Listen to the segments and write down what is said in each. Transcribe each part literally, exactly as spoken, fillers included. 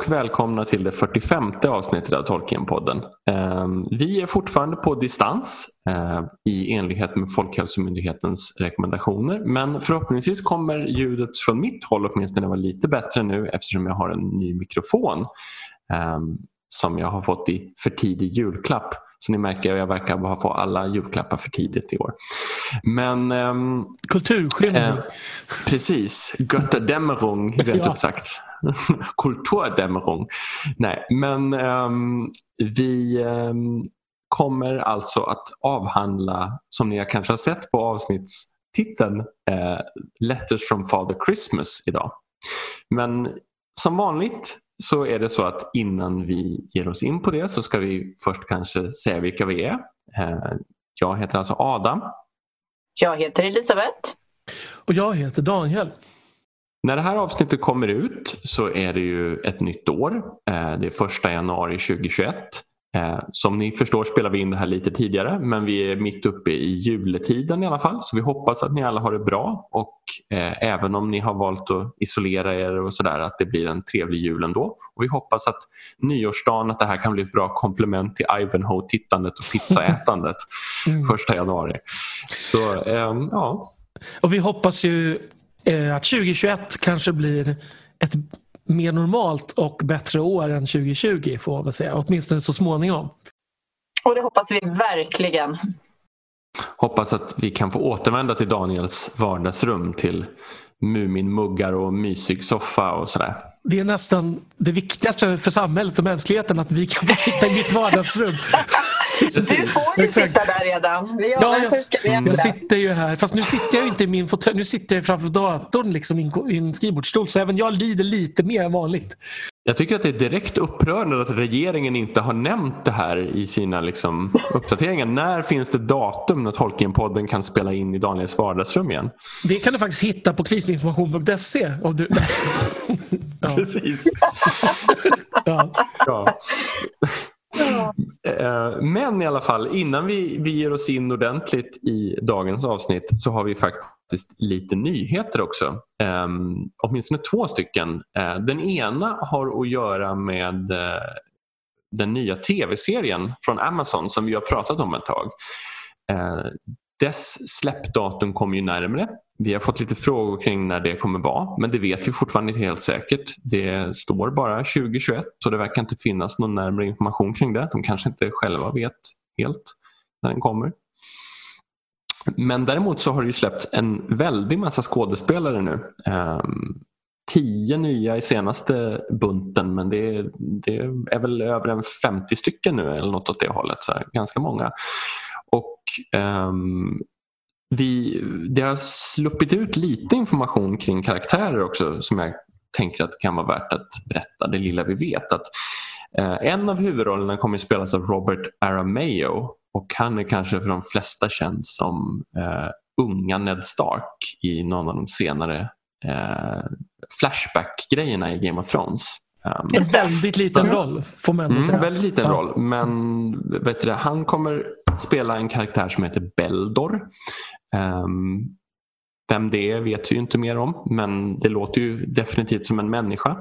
och välkomna till det fyrtiofemte avsnittet av Tolkienpodden. Vi är fortfarande på distans i enlighet med Folkhälsomyndighetens rekommendationer, men förhoppningsvis kommer ljudet från mitt håll åtminstone vara lite bättre nu eftersom jag har en ny mikrofon som jag har fått i för tidig julklapp. Så ni märker att jag verkar ha fått alla julklappar för tidigt i år. Men ähm, kulturskillning. Äh, precis, Götterdämmerung rent ja. Uppsagt. Kulturdämmerung. Nej, men ähm, vi ähm, kommer alltså att avhandla, som ni kanske har sett på avsnittstiteln, äh, Letters from Father Christmas idag. Men som vanligt så är det så att innan vi ger oss in på det så ska vi först kanske säga vilka vi är. Jag heter alltså Adam. Jag heter Elisabeth. Och jag heter Daniel. När det här avsnittet kommer ut så är det ju ett nytt år. Det är första januari tjugohundratjugoett. Som ni förstår spelar vi in det här lite tidigare, men vi är mitt uppe i juletiden i alla fall. Så vi hoppas att ni alla har det bra och eh, även om ni har valt att isolera er och sådär, att det blir en trevlig jul ändå. Och vi hoppas att nyårsdagen, att det här kan bli ett bra komplement till Ivanhoe-tittandet och pizzaätandet mm. första januari. Så eh, ja. Och vi hoppas ju eh, att tjugohundratjugoett kanske blir ett mer normalt och bättre år än tjugohundratjugo får man säga, åtminstone så småningom. Och det hoppas vi verkligen. Hoppas att vi kan få återvända till Daniels vardagsrum, till Muminmuggar och mysig soffa och sådär. Det är nästan det viktigaste för samhället och mänskligheten, att vi kan få sitta i mitt vardagsrum. Du får ju sitta där redan. Vi ja, jag, jag sitter ju här. Fast nu sitter jag ju inte i min fåtölj. Nu sitter jag framför datorn liksom, i en skrivbordsstol. Så även jag lider lite mer än vanligt. Jag tycker att det är direkt upprörande att regeringen inte har nämnt det här i sina liksom, uppdateringar. När finns det datum när Tolkienpodden kan spela in i Daniels vardagsrum igen? Det kan du faktiskt hitta på krisinformation punkt se. Om du... ja. Precis. ja. ja. Men i alla fall, innan vi, vi ger oss in ordentligt i dagens avsnitt så har vi faktiskt lite nyheter också. Um, åtminstone två stycken. Uh, den ena har att göra med uh, den nya tv-serien från Amazon som vi har pratat om ett tag. Uh, dess släppdatum kommer ju närmare. Vi har fått lite frågor kring när det kommer vara, men det vet vi fortfarande inte helt säkert. Det står bara tjugohundratjugoett och det verkar inte finnas någon närmare information kring det. De kanske inte själva vet helt när den kommer. Men däremot så har det ju släppts en väldig massa skådespelare nu. Um, tio nya i senaste bunten, men det, det är väl över en femtio stycken nu eller något åt det hållet. Så här, ganska många. Och um, vi, det har sluppit ut lite information kring karaktärer också som jag tänker att kan vara värt att berätta, det lilla vi vet. Att, eh, en av huvudrollerna kommer att spelas av Robert Aramayo och han är kanske för de flesta känd som eh, unga Ned Stark i någon av de senare eh, flashback-grejerna i Game of Thrones. Um, en väldigt liten så, roll får man ändå säga. Mm, väldigt liten ja. roll, men vet du, han kommer spela en karaktär som heter Beldor. Um, vem det är vet vi ju inte mer om, men det låter ju definitivt som en människa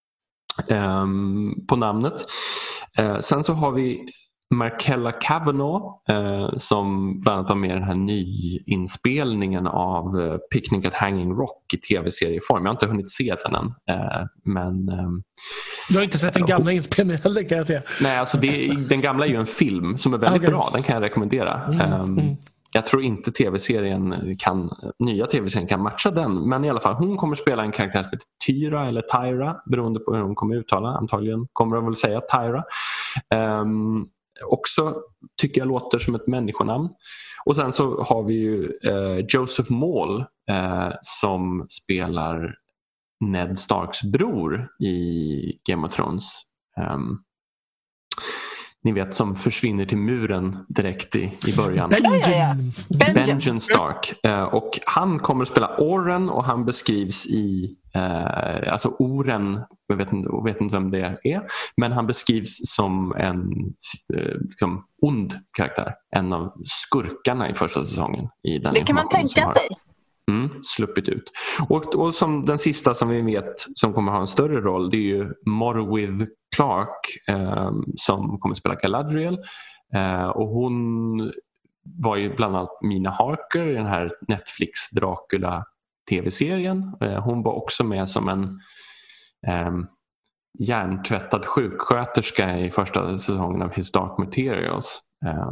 um, på namnet. Uh, sen så har vi Markella Cavanaugh uh, som bland annat var med i den här nyinspelningen av uh, Picnic at Hanging Rock i tv-serieform. Jag har inte hunnit se den än. Uh, men, um, du har inte sett den gamla uh, inspelningen heller kan jag säga. Nej, alltså det, den gamla är ju en film som är väldigt okay. bra. Den kan jag rekommendera. Mm, um, mm. Jag tror inte tv-serien kan, nya tv-serien kan matcha den. Men i alla fall, hon kommer spela en karaktär som heter Tyra eller Tyra, beroende på hur hon kommer uttala. Antagligen kommer de väl säga Tyra. Um, också tycker jag låter som ett människonamn. Och sen så har vi ju uh, Joseph Maul uh, som spelar Ned Starks bror i Game of Thrones. Um, Ni vet, som försvinner till muren direkt i, i början. Benjen, Benjen Stark. Uh, och han kommer att spela Oren och han beskrivs i... Uh, alltså Oren, jag vet inte, jag vet inte vem det är. Men han beskrivs som en uh, liksom ond karaktär. En av skurkarna i första säsongen. I den det kan man tänka sig. mm, sluppit ut. Och, och som den sista som vi vet som kommer ha en större roll, det är ju Morwyth Clark eh, som kommer spela Galadriel. Eh, och hon var ju bland annat Mina Harker i den här Netflix Dracula-tv-serien. Eh, hon var också med som en eh, hjärntvättad sjuksköterska i första säsongen av His Dark Materials. Eh,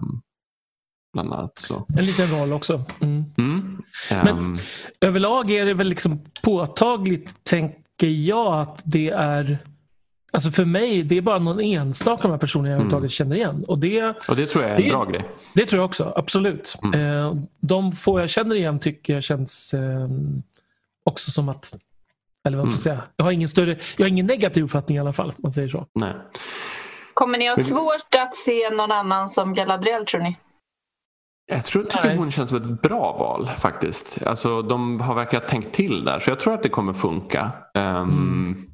bland annat, så. En liten roll också. Mm. Mm. Um, Men överlag är det väl liksom påtagligt, tänker jag, att det är... Alltså för mig, det är bara någon enstaka av de här personerna jag överhuvudtaget mm. känner igen. Och det, och det tror jag är en det, bra grej. Det tror jag också, absolut. Mm. Eh, de få jag känner igen tycker jag känns eh, också som att... Eller vad ska jag säga? Jag har ingen större... Jag har ingen negativ uppfattning i alla fall, man säger så. Nej. Kommer ni ha svårt att se någon annan som Galadriel, tror ni? Jag tror att hon känns som ett bra val faktiskt. Alltså, de har verkligen tänkt till där. Så jag tror att det kommer funka. Um, mm.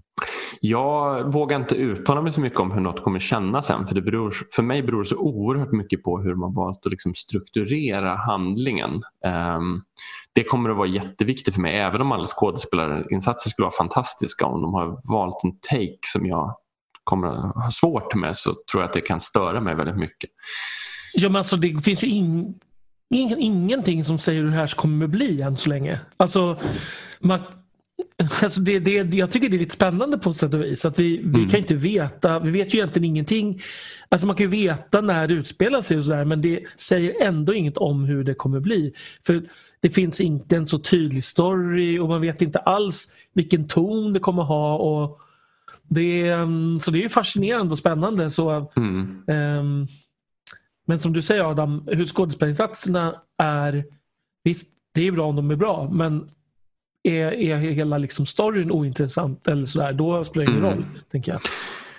Jag vågar inte uttala mig så mycket om hur något kommer kännas sen. För, det beror, för mig beror det så oerhört mycket på hur man valt att liksom strukturera handlingen. Um, det kommer att vara jätteviktigt för mig. Även om alla skådespelarinsatser skulle vara fantastiska. Om de har valt en take som jag kommer att ha svårt med, så tror jag att det kan störa mig väldigt mycket. Ja, men alltså det finns ju in, ingen, ingenting som säger hur det här kommer att bli än så länge. Alltså, man, alltså det, det, jag tycker det är lite spännande på ett sätt och vis. Att vi, mm. vi kan inte veta, vi vet ju egentligen ingenting. Alltså man kan ju veta när det utspelar sig och sådär, men det säger ändå inget om hur det kommer att bli. För det finns inte en så tydlig story och man vet inte alls vilken ton det kommer att ha. Och det, så det är ju fascinerande och spännande. Så... Mm. Um, Men som du säger, Adam, hur skådespelarinsatserna är, visst, det är bra om de är bra, men är, är hela liksom storyn ointressant eller sådär, då spelar det ingen mm. roll, tänker jag.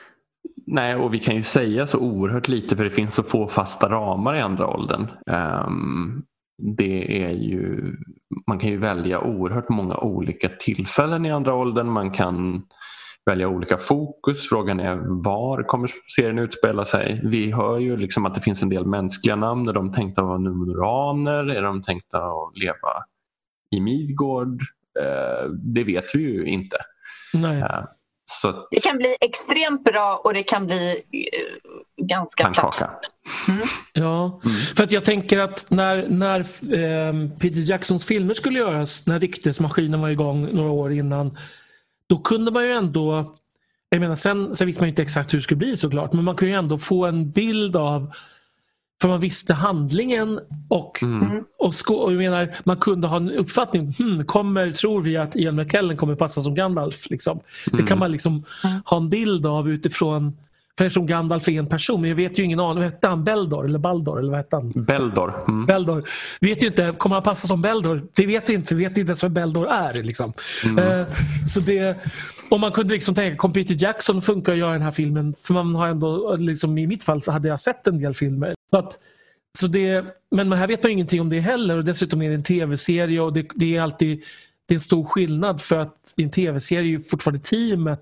Nej, och vi kan ju säga så oerhört lite, för det finns så få fasta ramar i andra åldern. Um, det är ju, man kan ju välja oerhört många olika tillfällen i andra åldern, man kan välja olika fokus. Frågan är, var kommer serien utspela sig? Vi hör ju liksom att det finns en del mänskliga namn. Är de tänkta att vara numeraner? Är de tänkta att leva i Midgård? Eh, det vet vi ju inte. Nej. Eh, så att... Det kan bli extremt bra och det kan bli eh, ganska platt. Mm. Ja, mm. för att jag tänker att när, när eh, Peter Jacksons filmer skulle göras, när ryktesmaskinen var igång några år innan, då kunde man ju ändå, jag menar sen, sen visste man ju inte exakt hur det skulle bli såklart, men man kunde ju ändå få en bild av, för man visste handlingen och, mm. och, sko, och jag menar, man kunde ha en uppfattning, hmm, kommer, tror vi att Ian McKellen kommer passa som Gandalf liksom. Mm. Det kan man liksom mm. ha en bild av utifrån, för eftersom Gandalf är en person, men jag vet ju ingen aning, hette han Beldor eller Baldor eller vad hette han? Beldor. Mm. Beldor. Vi vet ju inte, kommer han passa som Beldor? Det vet vi inte, för vi vet inte ens vad Beldor är liksom. Mm. Uh, så det, om man kunde liksom tänka, kom Peter Jackson funkar att göra den här filmen, för man har ändå, liksom i mitt fall så hade jag sett en del filmer. Så att, så det, men här vet man ju ingenting om det heller, och dessutom är det en tv-serie och det, det är alltid, det är en stor skillnad, för att i en tv-serie är ju fortfarande teamet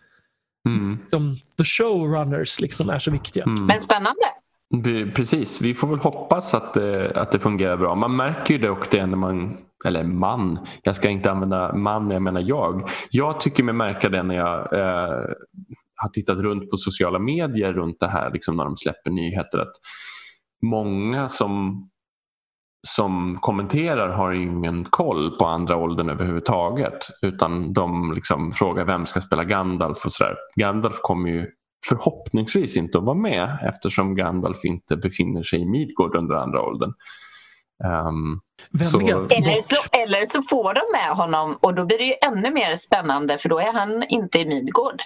Mm. som the showrunners liksom är så viktiga. Mm. Men spännande. Vi, precis, vi får väl hoppas att det, att det fungerar bra. Man märker ju det och det när man, eller man, jag ska inte använda man, jag menar jag. Jag tycker mig märka det när jag eh, har tittat runt på sociala medier runt det här, liksom när de släpper nyheter, att många som som kommenterar har ingen koll på andra åldern överhuvudtaget, utan de liksom frågar vem ska spela Gandalf och sådär. Gandalf kommer ju förhoppningsvis inte att vara med, eftersom Gandalf inte befinner sig i Midgård under andra åldern. Um, så... Eller, så, eller så får de med honom och då blir det ju ännu mer spännande, för då är han inte i Midgård.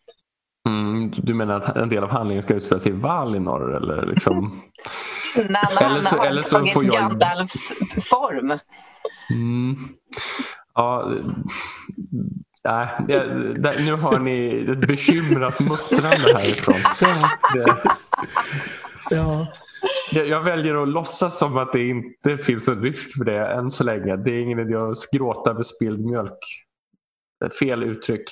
Mm, du menar att en del av handlingen ska utspela sig i Valinor eller liksom... när han eller så, har eller så tagit får jag... Gandalfs form. Mm. Ja, nej, det, det, nu har ni ett bekymrat muttrande härifrån. Det, ja. jag, jag väljer att låtsas som att det inte finns en risk för det än så länge. Det är ingen idé att skråta över spilld mjölk. Fel uttryck.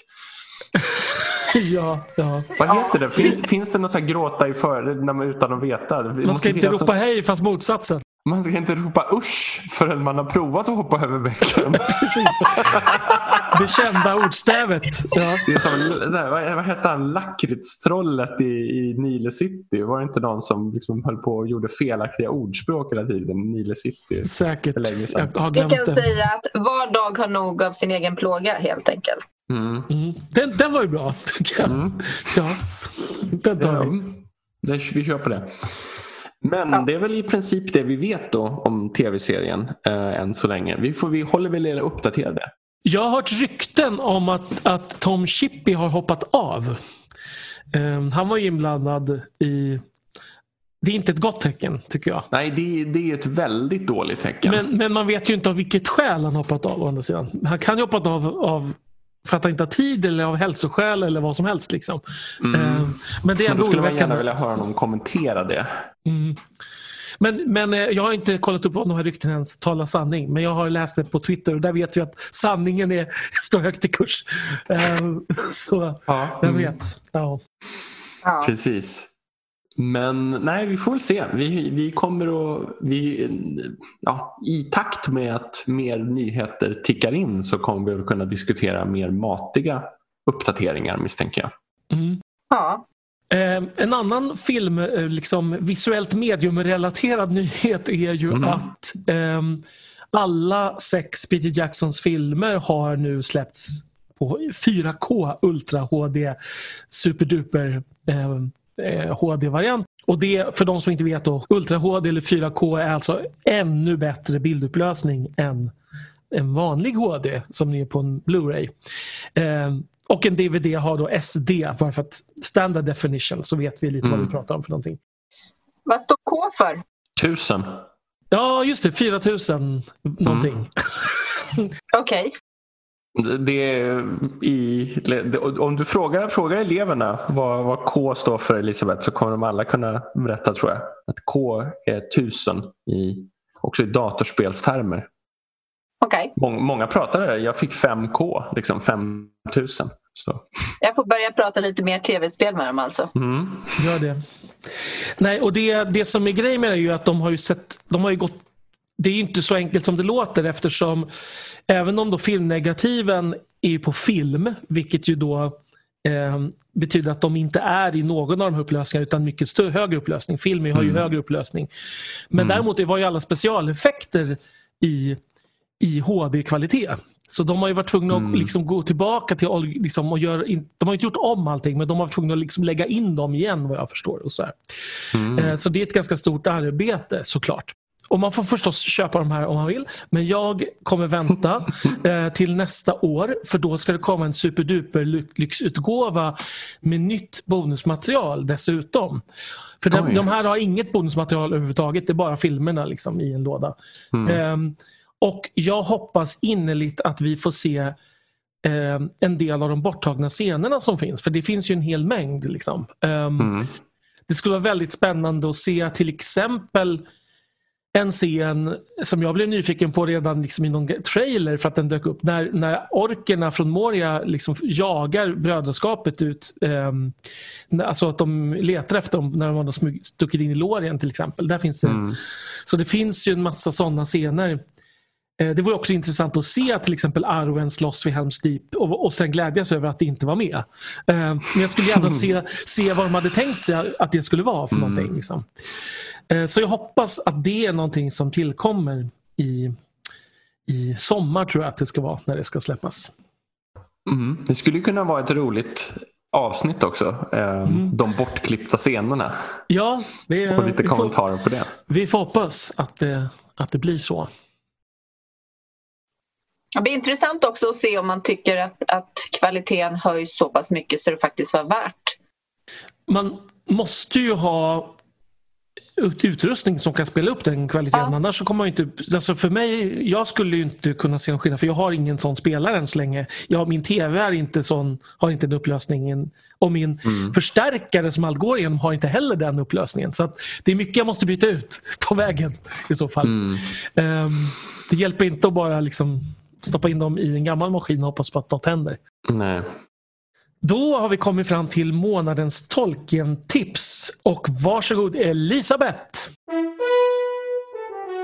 Ja, ja. Vad heter det? Finns, finns det något så här gråta i för när man utan att veta? Man ska inte ropa hej fast motsatsen. Man ska inte ropa usch förrän man har provat att hoppa över bäcken. Precis. Det kända ordstävet. Ja. Det är som, där, vad, vad hette han? Lakritstrollet i, i Nile City. Var det inte någon som liksom höll på och gjorde felaktiga ordspråk hela tiden? Nile City. Säkert. Jag har glömt Vi kan det. säga att var dag har nog av sin egen plåga, helt enkelt. Mm. Mm. Den, den var ju bra, tycker jag. Mm. Ja, den tar vi. Ja, vi kör på det. Men ja. Det är väl i princip det vi vet då om tv-serien äh, än så länge. Vi, får, vi håller väl era uppdaterade. Jag har hört rykten om att, att Tom Shippey har hoppat av. Um, han var inblandad i... Det är inte ett gott tecken, tycker jag. Nej, det, det är ett väldigt dåligt tecken. Men, men man vet ju inte av vilket skäl han hoppat av å andra sidan. Han kan ju hoppat av, av för att han inte har tid eller av hälsoskäl eller vad som helst. Liksom. Mm. Um, men det är ändå då skulle man gärna vilja höra någon kommentera det. Mm. Men, men jag har inte kollat upp om de här ryktena ens talar sanning. Men jag har läst det på Twitter och där vet vi att sanningen är, står högt i kurs. Um, så ja. jag vet. Ja. Ja. Precis. Men nej, vi får väl se. Vi, vi kommer att... Vi, ja, i takt med att mer nyheter tickar in så kommer vi att kunna diskutera mer matiga uppdateringar, misstänker jag. Mm. Ja. Eh, en annan film, eh, liksom visuellt medium-relaterad nyhet är ju mm. att eh, alla sex Peter Jacksons filmer har nu släppts på fyra K Ultra H D superduper eh, H D-variant. Och det, för de som inte vet då, Ultra H D eller fyra K är alltså ännu bättre bildupplösning än en vanlig H D som är på en Blu-ray. Eh, och en D V D har då S D, bara för att standard definition, så vet vi lite mm. vad vi pratar om för någonting. Vad står K för? Tusen. Ja, just det, fyra tusen någonting. Mm. Okej. Okay. Det är i, om du frågar, frågar eleverna vad, vad K står för, Elisabeth, så kommer de alla kunna berätta, tror jag, att K är tusen i, också i datorspelstermer. Okay. Många, många pratar det. Jag fick fem K, liksom fem tusen. Så. Jag får börja prata lite mer tv-spel med dem alltså. Mm. Gör det. Nej, och det, det som är grejen med är ju att de har ju sett, de har ju gått, det är inte så enkelt som det låter, eftersom även om då filmnegativen är på film, vilket ju då eh, betyder att de inte är i någon av de här upplösningarna utan mycket större, högre upplösning. Film har ju mm. högre upplösning. Men mm. däremot det var ju alla specialeffekter i i H D-kvalitet. Så de har ju varit tvungna mm. att liksom gå tillbaka till liksom, och göra, de har inte gjort om allting, men de har varit tvungna att liksom lägga in dem igen, vad jag förstår. Och så här. Mm. Eh, så det är ett ganska stort arbete, såklart. Och man får förstås köpa de här om man vill. Men jag kommer vänta eh, till nästa år, för då ska det komma en superduper lyxutgåva med nytt bonusmaterial dessutom. För de, de här har inget bonusmaterial överhuvudtaget, det är bara filmerna liksom, i en låda. Mm. Eh, Och jag hoppas innerligt att vi får se eh, en del av de borttagna scenerna som finns. För det finns ju en hel mängd. Liksom. Um, mm. Det skulle vara väldigt spännande att se till exempel en scen som jag blev nyfiken på redan liksom i någon trailer för att den dök upp. När, när orkerna från Moria liksom jagar brödraskapet ut. Um, alltså att de letar efter dem när de har smug- stuckit in i Lorien till exempel. Där finns det. Mm. Så det finns ju en massa sådana scener. Det var också intressant att se att till exempel Arwen slåss vid Helm's Deep och, och sen glädjas över att det inte var med. Men jag skulle gärna se, se vad de hade tänkt sig att det skulle vara för mm. någonting. Liksom. Så jag hoppas att det är någonting som tillkommer i, i sommar, tror jag att det ska vara när det ska släppas. Mm. Det skulle kunna vara ett roligt avsnitt också. Mm. De bortklippta scenerna. Ja, det är, och lite kommentarer får, på det. Vi får hoppas att det, att det blir så. Det blir intressant också att se om man tycker att, att kvaliteten höjs så pass mycket så det faktiskt var värt. Man måste ju ha utrustning som kan spela upp den kvaliteten. Ja. Annars så kommer man inte... Alltså för mig, jag skulle ju inte kunna se en skillnad, för jag har ingen sån spelare än så länge. Jag, min tv är inte sån, har inte den upplösningen. Och min mm. förstärkare som allt går igenom har inte heller den upplösningen. Så att det är mycket jag måste byta ut på vägen i så fall. Mm. Um, det hjälper inte att bara liksom stoppa in dem i en gammal maskin och hoppas på att något händer. Nej. Då har vi kommit fram till månadens Tolkien-tips. Och varsågod Elisabeth!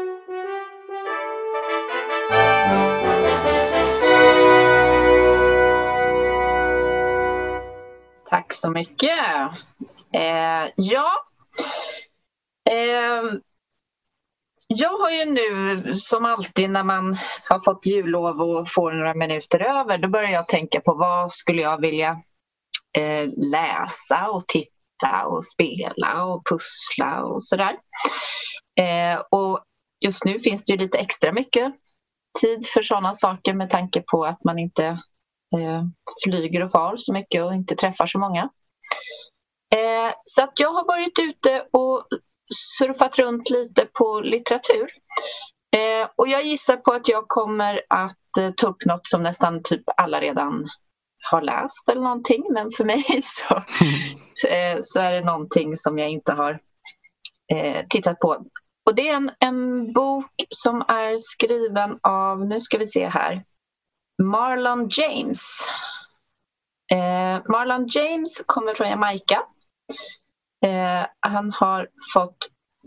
så mycket. Eh, ja, eh, jag har ju nu som alltid när man har fått jullov och får några minuter över, då börjar jag tänka på vad skulle jag vilja eh, läsa och titta och spela och pussla och sådär. Eh, och just nu finns det ju lite extra mycket tid för sådana saker med tanke på att man inte eh, flyger och far så mycket och inte träffar så många. Eh, så att jag har varit ute och surfat runt lite på litteratur. Eh, och jag gissar på att jag kommer att eh, ta upp något som nästan typ alla redan har läst eller någonting. Men för mig så, eh, så är det någonting som jag inte har eh, tittat på. Och det är en, en bok som är skriven av, nu ska vi se här, Marlon James. Eh, Marlon James kommer från Jamaica. Eh, han har fått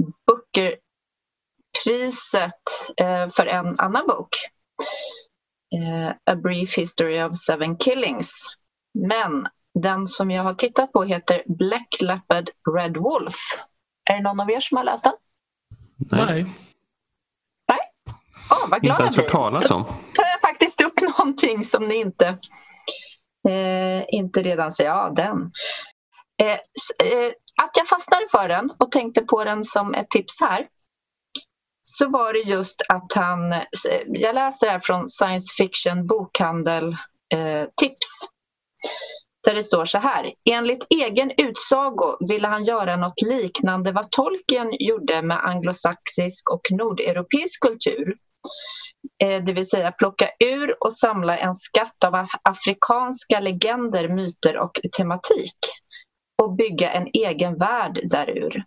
Booker-priset eh, för en annan bok. Eh, A Brief History of Seven Killings. Men den som jag har tittat på heter Black Leopard Red Wolf. Är det någon av er som har läst den? Nej. Nej? Åh, vad glad inte ens jag hört blir. talas om. Då tar jag faktiskt upp någonting som ni inte, eh, inte redan säger. Ja, den. Eh, eh, att jag fastnade för den och tänkte på den som ett tips här, så var det just att han, jag läser här från Science Fiction Bokhandel eh, tips, där det står så här: enligt egen utsago ville han göra något liknande vad Tolkien gjorde med anglosaxisk och nordeuropeisk kultur. Eh, det vill säga plocka ur och samla en skatt av af- afrikanska legender, myter och tematik och bygga en egen värld därur.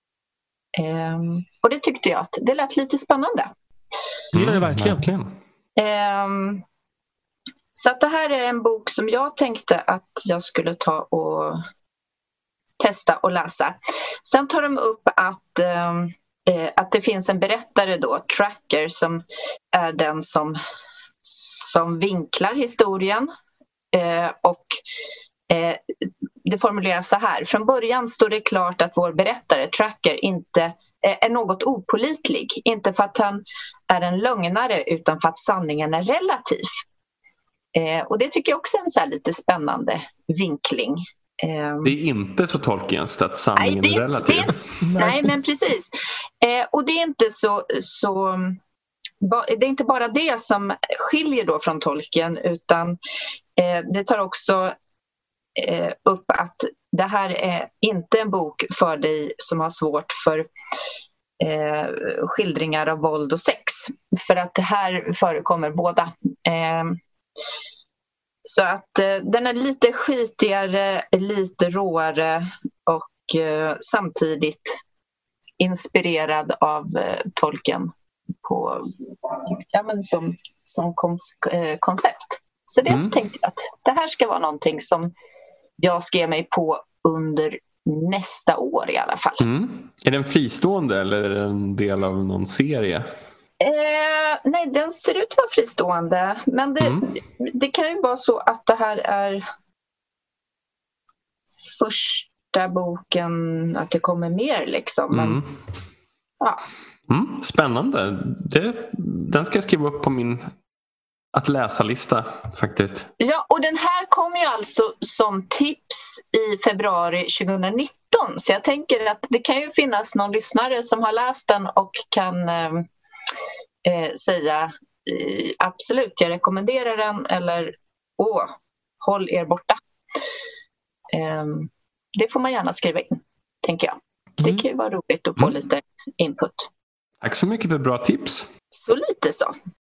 Eh, och det tyckte jag att det lät lite spännande. Det gör det verkligen. verkligen. Eh, Så att det här är en bok som jag tänkte att jag skulle ta och testa och läsa. Sen tar de upp att, eh, att det finns en berättare då, Tracker, som är den som, som vinklar historien. Eh, och eh, det formuleras så här: från början står det klart att vår berättare, Tracker, inte eh, är något opålitlig. Inte för att han är en lögnare utan för att sanningen är relativ. Eh, och det tycker jag också är en så här lite spännande vinkling. Eh, Det är inte så Tolkiens att sanningen nej, det, är relativ. Det, nej, men precis. Eh, och det är inte så, så ba, det är inte bara det som skiljer då från Tolkien, utan eh, det tar också eh, upp att det här är inte en bok för dig som har svårt för eh, skildringar av våld och sex. För att det här förekommer båda. Eh, Så att eh, den är lite skitigare, lite råare och eh, samtidigt inspirerad av eh, Tolkien på, ja, men som, som kons- eh, koncept. Så det Mm. tänkte jag att det här ska vara någonting som jag ska ge mig på under nästa år i alla fall. Mm. Är den fristående eller är det en del av någon serie? Eh, nej, den ser ut att vara fristående. Men det, Mm. det kan ju vara så att det här är första boken, att det kommer mer liksom. Men, Mm. ja. Mm. Spännande. Det, den ska jag skriva upp på min att läsa-lista faktiskt. ja, och den här kom ju alltså som tips i februari tjugonitton. Så jag tänker att det kan ju finnas någon lyssnare som har läst den och kan eh, eh, säga eh, absolut, jag rekommenderar den, eller åh, håll er borta. Eh, det får man gärna skriva in, tänker jag. Det kan ju vara roligt att få Mm. lite input. Tack så mycket för bra tips. Så lite så.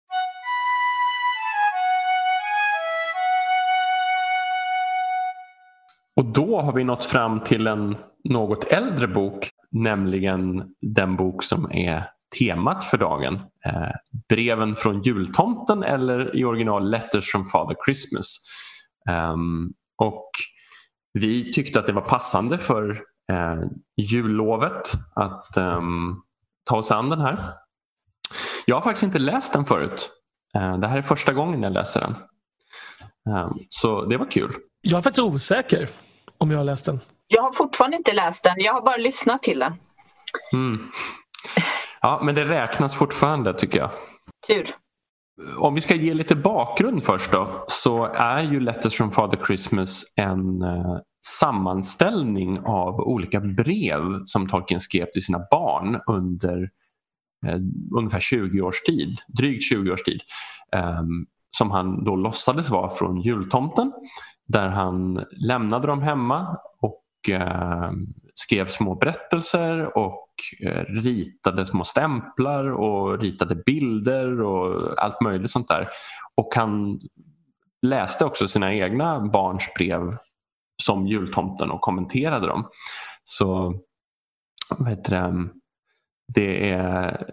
Och då har vi nått fram till en något äldre bok, nämligen den bok som är temat för dagen. Eh, breven från jultomten, eller i original Letters from Father Christmas. Um, och vi tyckte att det var passande för eh, jullovet att um, ta oss an den här. Jag har faktiskt inte läst den förut. Eh, det här är första gången jag läser den. Um, så det var kul. Jag är faktiskt osäker om jag har läst den. Jag har fortfarande inte läst den. Jag har bara lyssnat till den. Mm. Ja, men det räknas fortfarande tycker jag. Tur. Om vi ska ge lite bakgrund först då, så är ju Letters from Father Christmas en eh, sammanställning av olika brev som Tolkien skrev till sina barn under eh, ungefär tjugo års tid, drygt tjugo års tid, eh, som han då låtsades vara från jultomten, där han lämnade dem hemma och eh, skrev små berättelser och eh, ritade små stämplar och ritade bilder och allt möjligt sånt där. Och han läste också sina egna barns brev som jultomten och kommenterade dem. Så vad heter det? Det är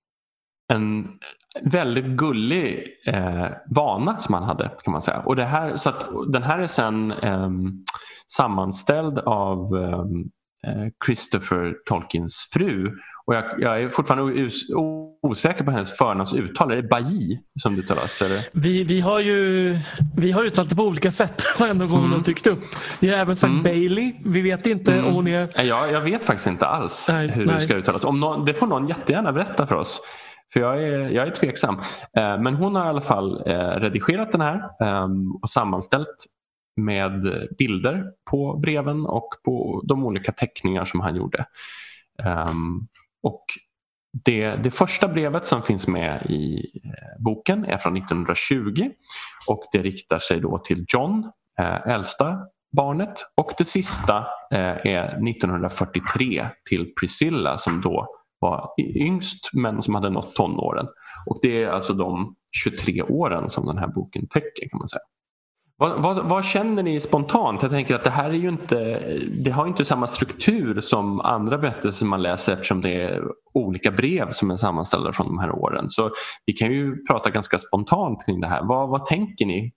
en väldigt gullig eh, vana som han hade, kan man säga. Och det här, så att, den här är sen eh, sammanställd av eh, Christopher Tolkiens fru. Och jag, jag är fortfarande os, osäker på hennes förnamns uttal. Är det Bailly som det uttalas? Eller? Vi, vi har ju vi har uttalat det på olika sätt varenda gång hon har tyckt upp. Vi har även sagt mm. Bailey. Vi vet inte mm. om hon är... Jag, jag vet faktiskt inte alls nej, hur nej. det ska uttalas. Om någon, det får någon jättegärna berätta för oss. För jag är, jag är tveksam. Eh, men hon har i alla fall eh, redigerat den här eh, och sammanställt med bilder på breven och på de olika teckningar som han gjorde. Eh, och det, det första brevet som finns med i eh, boken är från nittonhundratjugo och det riktar sig då till John, eh, äldsta barnet, och det sista eh, är nittonhundrafyrtiotre till Priscilla som då var yngst men som hade nått tonåren. Och det är alltså de tjugotre åren som den här boken täcker, kan man säga. Vad, vad, vad känner ni spontant? Jag tänker att det här är ju inte, det har inte samma struktur som andra berättelser man läser, eftersom det är olika brev som är sammanställda från de här åren. Så vi kan ju prata ganska spontant kring det här. Vad, vad tänker ni?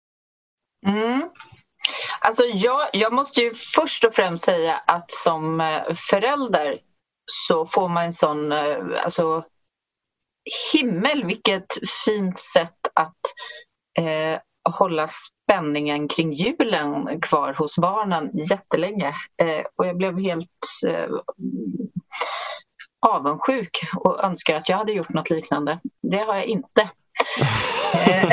Mm. Alltså jag, jag måste ju först och främst säga att som förälder så får man en sån, alltså himmel, vilket fint sätt att eh, hålla spänningen kring julen kvar hos barnen jättelänge. Eh, och jag blev helt eh, avundsjuk och önskar att jag hade gjort något liknande. Det har jag inte. eh,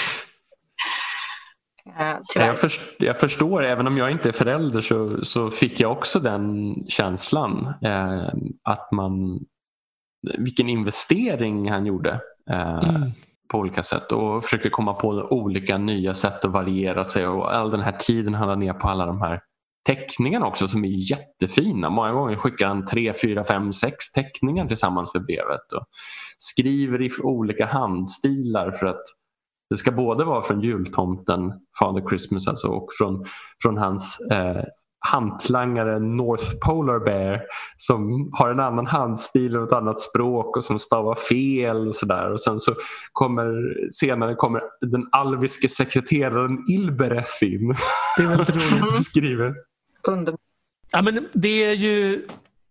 Jag, först, jag förstår, även om jag inte är förälder så, så fick jag också den känslan eh, att man, vilken investering han gjorde eh, mm. på olika sätt och försökte komma på olika nya sätt att variera sig, och all den här tiden han la ner på alla de här teckningarna också som är jättefina. Många gånger skickar han tre, fyra, fem, sex teckningar tillsammans med brevet och skriver i olika handstilar för att det ska både vara från jultomten Father Christmas alltså, och från, från hans eh, hantlangare North Polar Bear som har en annan handstil och ett annat språk och som stavar fel och sådär. Och sen så kommer senare kommer den alviske sekreteraren Ilbereth in. Det är väldigt roligt. Skriver. Underbart. Ja, men det är ju...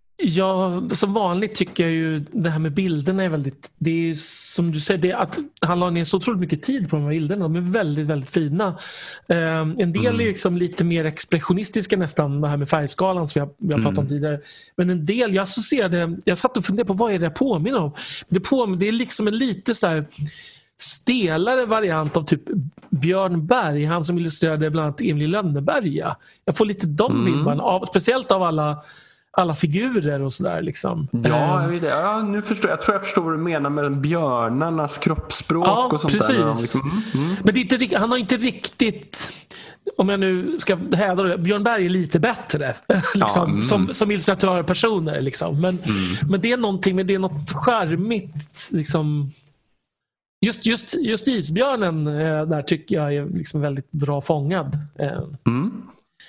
Ja, som vanligt tycker jag ju det här med bilderna är väldigt, det är ju som du säger, det är att han la ner så otroligt mycket tid på de här bilderna. De är väldigt, väldigt fina. Eh, en del mm. är liksom lite mer expressionistiska nästan, det här med färgskalan som vi har, vi har pratat mm. om tidigare. Men en del, jag associerade, jag satt och funderade på vad är det jag påminner om? Det, påminner, det är liksom en lite så här stelare variant av typ Björn Berg, han som illustrerade bland annat Emil i Lönneberga. Jag får lite de mm. vibbarna, av, speciellt av alla alla figurer och sådär liksom. Ja, jag vet, ja, nu förstår jag tror jag förstår vad du menar med björnarnas kroppsspråk ja, och sånt precis. där. Liksom, mm, mm. Men det är inte, han har inte riktigt, om jag nu ska hävda det, Björn Berg är lite bättre liksom, ja, mm. som, som illustratör personer liksom. Men, mm. men det är någonting, men det är något charmigt liksom. Just, just, just isbjörnen där tycker jag är liksom väldigt bra fångad. Mm.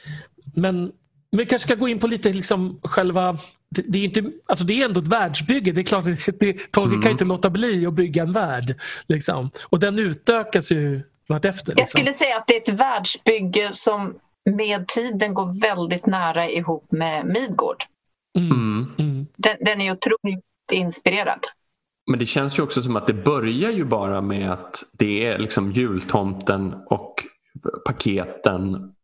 Men Men vi kanske ska gå in på lite liksom själva, det, det är inte, alltså det är ändå ett världsbygge. Det är klart att det, Tage mm. kan inte låta bli att bygga en värld liksom. Och den utökas ju vartefter. Liksom. Jag skulle säga att det är ett världsbygge som med tiden går väldigt nära ihop med Midgård. Mm. Mm. Den, den är otroligt inspirerad. Men det känns ju också som att det börjar ju bara med att det är liksom jultomten och paketen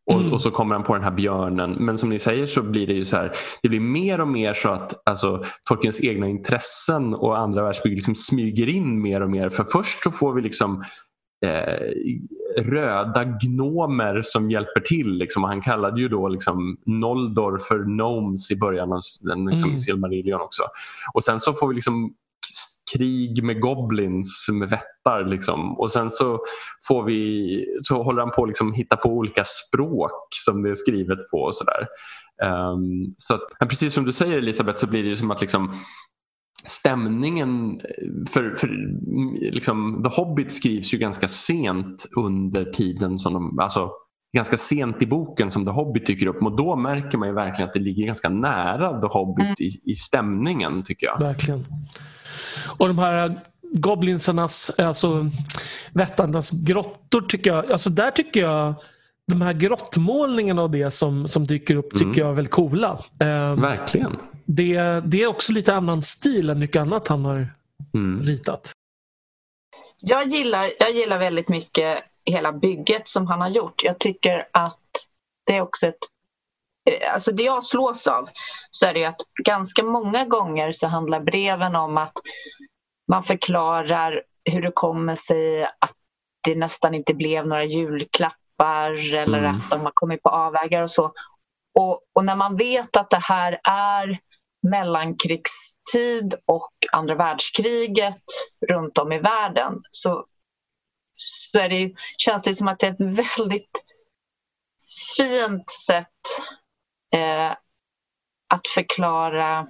Och, Mm. och så kommer han på den här björnen. Men som ni säger så blir det ju så här, det blir mer och mer så att alltså, Tolkiens egna intressen och andra världsbygg liksom smyger in mer och mer. För först så får vi liksom eh, röda gnomer som hjälper till. Liksom. Han kallade ju då liksom Noldor för gnomes i början av den liksom, Mm. Silmarillion också. Och sen så får vi liksom krig med goblins med vättar liksom. Och sen så får vi så håller han på att liksom hitta på olika språk som det är skrivet på och sådär. Um, så att, men precis som du säger Elisabeth så blir det ju som att liksom stämningen för, för liksom, The Hobbit skrivs ju ganska sent under tiden som de, alltså ganska sent i boken som The Hobbit dyker upp och då märker man ju verkligen att det ligger ganska nära The Hobbit mm. i, i stämningen tycker jag. Verkligen. Och de här goblinsarnas, alltså vättarnas grottor tycker jag, alltså där tycker jag de här grottmålningarna och det som, som dyker upp tycker mm. jag är väldigt coola. Um, Verkligen. Det, det är också lite annan stil än mycket annat han har mm. ritat. Jag gillar, jag gillar väldigt mycket hela bygget som han har gjort. Jag tycker att det är också ett alltså det jag slås av så är det att ganska många gånger så handlar breven om att man förklarar hur det kommer sig att det nästan inte blev några julklappar eller mm. att de har kommit på avvägar och så. Och, och när man vet att det här är mellankrigstid och andra världskriget runt om i världen så, så är det, känns det som att det är ett väldigt fint sätt eh, att förklara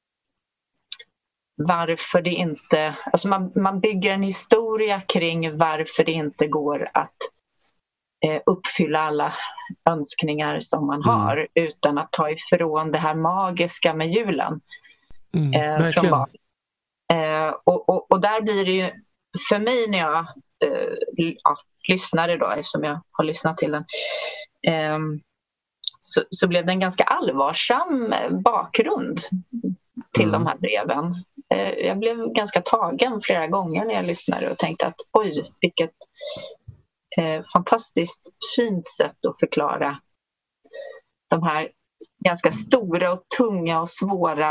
varför det inte, alltså man, man bygger en historia kring varför det inte går att eh, uppfylla alla önskningar som man mm. har utan att ta ifrån det här magiska med julen. Mm, eh, från barn. Eh, och, och, och där blir det ju för mig när jag eh, ja, lyssnade då, eftersom jag har lyssnat till den eh, så, så blev det en ganska allvarsam bakgrund till mm. de här breven. Eh, jag blev ganska tagen flera gånger när jag lyssnade och tänkte att oj, vilket eh, fantastiskt fint sätt att förklara de här ganska stora och tunga och svåra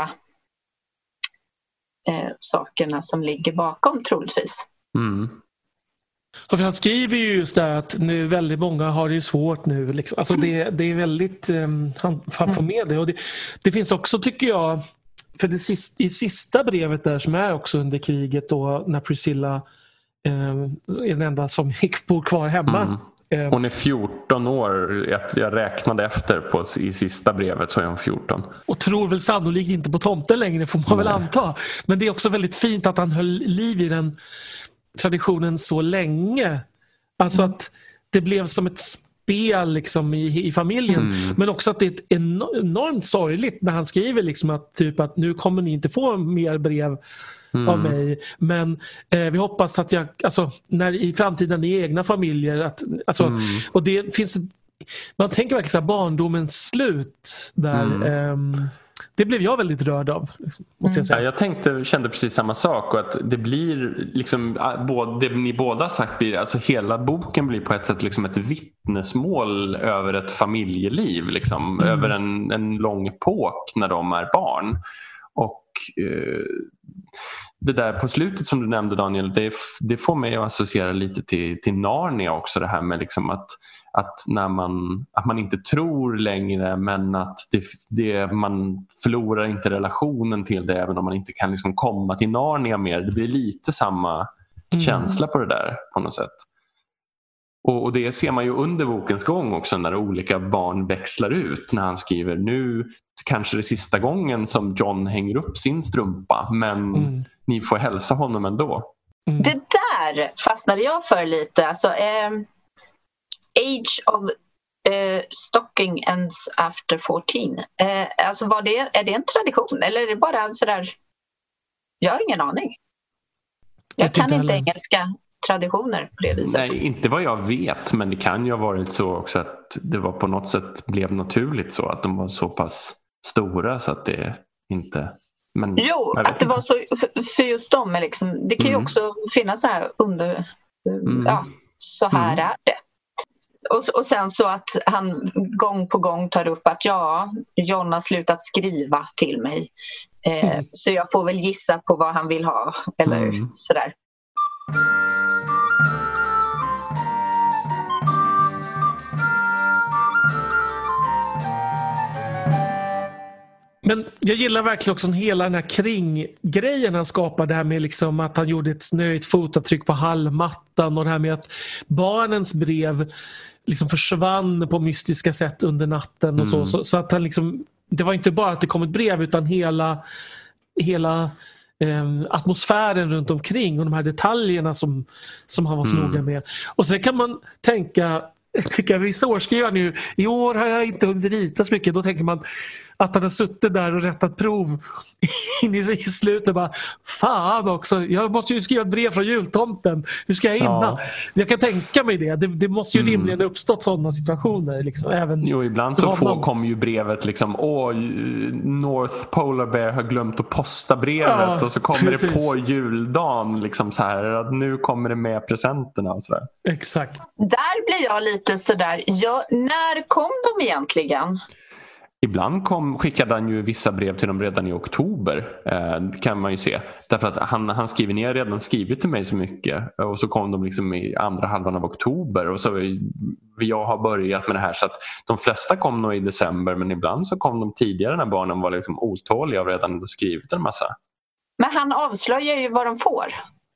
eh, sakerna som ligger bakom troligtvis. Mm. Och han skriver ju just där att nu väldigt många har det svårt nu. Liksom. Alltså det, det är väldigt, um, han, han får med det. Och det, det finns också tycker jag, för det sista, i sista brevet där som är också under kriget då när Priscilla um, är den enda som bor kvar hemma. Mm. Hon är fjorton år, jag, jag räknade efter på, i sista brevet så är hon fjorton. Och tror väl sannolikt inte på tomten längre får man Nej. väl anta. Men det är också väldigt fint att han höll liv i den traditionen så länge. Alltså mm. att det blev som ett spel liksom i, i familjen. Mm. Men också att det är ett enormt sorgligt när han skriver liksom att, typ att nu kommer ni inte få mer brev mm. av mig. Men eh, vi hoppas att jag, alltså när i framtiden i egna familjer att, alltså, mm. och det finns man tänker verkligen så här, barndomens slut där mm. ehm, det blev jag väldigt rörd av måste jag säga. Ja, jag tänkte, kände precis samma sak och att det blir liksom, både, det ni båda sagt blir, alltså hela boken blir på ett sätt liksom ett vittnesmål över ett familjeliv liksom, mm. över en, en lång epok när de är barn och eh, det där på slutet som du nämnde Daniel, det, det får mig att associera lite till, till Narnia också det här med liksom att Att, när man, att man inte tror längre men att det, det, man förlorar inte relationen till det även om man inte kan liksom komma till Narnia mer. Det blir lite samma mm. känsla på det där på något sätt. Och, och det ser man ju under bokens gång också när olika barn växlar ut när han skriver nu kanske det sista gången som John hänger upp sin strumpa men mm. ni får hälsa honom ändå. Mm. Det där fastnade jag för lite. Alltså, eh... Age of uh, stocking ends after fourteen. Uh, alltså var det, är det en tradition eller är det bara sådär? Jag har ingen aning. Jag, jag kan inte heller. Engelska traditioner på det viset. Nej, inte vad jag vet, men det kan ju ha varit så också att det var på något sätt blev naturligt så att de var så pass stora så att det inte... Men jo, att det inte. Var så för just dem. Liksom, det kan mm. ju också finnas så här under... Mm. Ja, så här mm. är det. och, och sen så att han gång på gång tar upp att ja, John har slutat skriva till mig. Eh, mm. Så jag får väl gissa på vad han vill ha. Eller mm. sådär. Men jag gillar verkligen också hela den här kringgrejen han skapar. Det här med liksom att han gjorde ett snöigt fotavtryck på hallmattan. Och det här med att barnens brev liksom försvann på mystiska sätt under natten. Och mm. så, så, så att han liksom, det var inte bara att det kom ett brev utan hela, hela eh, atmosfären runt omkring. Och de här detaljerna som, som han var så mm. noga med. Och sen kan man tänka, tycker jag, vissa år skriver nu, i år har jag inte hunnit rita så mycket. Då tänker man att han har suttit där och rättat prov in i, i slutet bara, fan också, jag måste ju skriva ett brev från jultomten, hur ska jag hinna? Ja. Jag kan tänka mig det, det, det måste ju mm. rimligen uppstått sådana situationer liksom, även jo, ibland så får, kommer ju brevet liksom, åh, North Polar Bear har glömt att posta brevet ja, och så kommer precis. Det på juldagen liksom så här, att nu kommer det med presenterna och sådär. Exakt. Där blir jag lite sådär, jag, när kom de egentligen? Ibland kom, skickade han ju vissa brev till dem redan i oktober, eh, kan man ju se. Därför att han, han skriver ner redan skrivit till mig så mycket. Och så kom de liksom i andra halvan av oktober. Och så jag har börjat med det här. Så att de flesta kom nog i december, men ibland så kom de tidigare när barnen var liksom otåliga och redan hade skrivit en massa. Men han avslöjar ju vad de får.